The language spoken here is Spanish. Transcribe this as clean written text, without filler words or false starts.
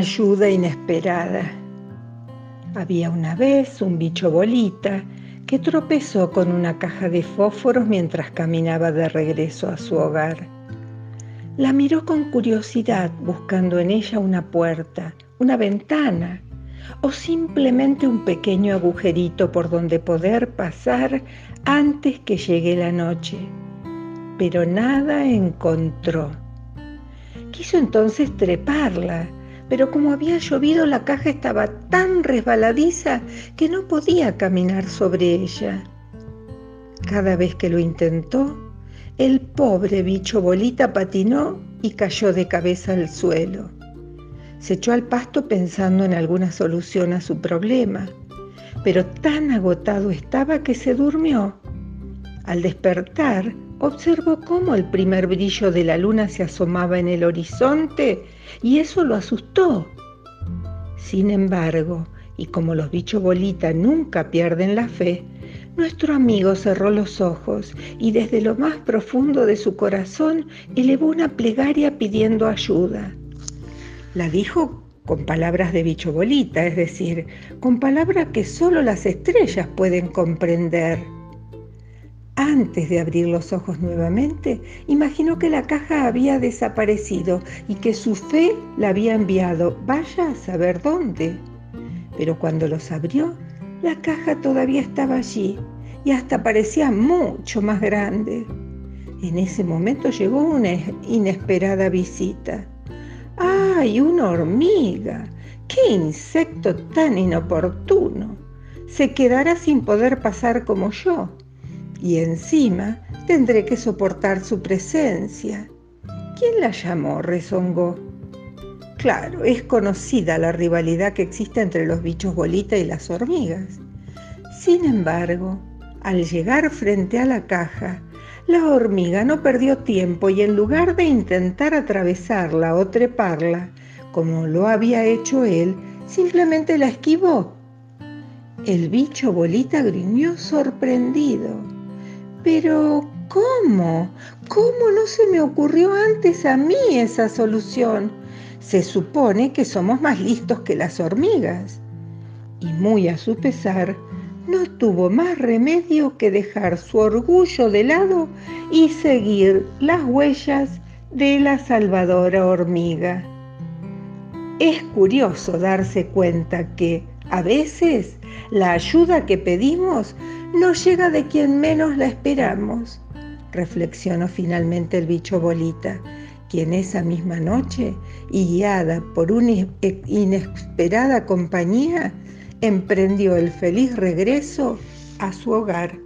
Ayuda inesperada. Había una vez un bicho bolita que tropezó con una caja de fósforos mientras caminaba de regreso a su hogar. La miró con curiosidad, buscando en ella una puerta, una ventana o simplemente un pequeño agujerito por donde poder pasar antes que llegue la noche. Pero nada encontró. Quiso entonces treparla, pero como había llovido, la caja estaba tan resbaladiza que no podía caminar sobre ella. Cada vez que lo intentó, el pobre bicho bolita patinó y cayó de cabeza al suelo. Se echó al pasto pensando en alguna solución a su problema, pero tan agotado estaba que se durmió. Al despertar, observó cómo el primer brillo de la luna se asomaba en el horizonte y eso lo asustó. Sin embargo, y como los bichos bolita nunca pierden la fe, nuestro amigo cerró los ojos y desde lo más profundo de su corazón elevó una plegaria pidiendo ayuda. La dijo con palabras de bicho bolita, es decir, con palabras que solo las estrellas pueden comprender. Antes de abrir los ojos nuevamente, imaginó que la caja había desaparecido y que su fe la había enviado, vaya a saber dónde. Pero cuando los abrió, la caja todavía estaba allí y hasta parecía mucho más grande. En ese momento llegó una inesperada visita. ¡Ay, una hormiga! ¡Qué insecto tan inoportuno! Se quedará sin poder pasar como yo. Y encima tendré que soportar su presencia. ¿Quién la llamó?, rezongó. Claro, es conocida la rivalidad que existe entre los bichos bolita y las hormigas. Sin embargo, al llegar frente a la caja, la hormiga no perdió tiempo y en lugar de intentar atravesarla o treparla, como lo había hecho él, simplemente la esquivó. El bicho bolita gruñó sorprendido. Pero, ¿cómo? ¿Cómo no se me ocurrió antes a mí esa solución? Se supone que somos más listos que las hormigas. Y muy a su pesar, no tuvo más remedio que dejar su orgullo de lado y seguir las huellas de la salvadora hormiga. Es curioso darse cuenta que, a veces, la ayuda que pedimos no llega de quien menos la esperamos, reflexionó finalmente el bicho bolita, quien esa misma noche, y guiada por una inesperada compañía, emprendió el feliz regreso a su hogar.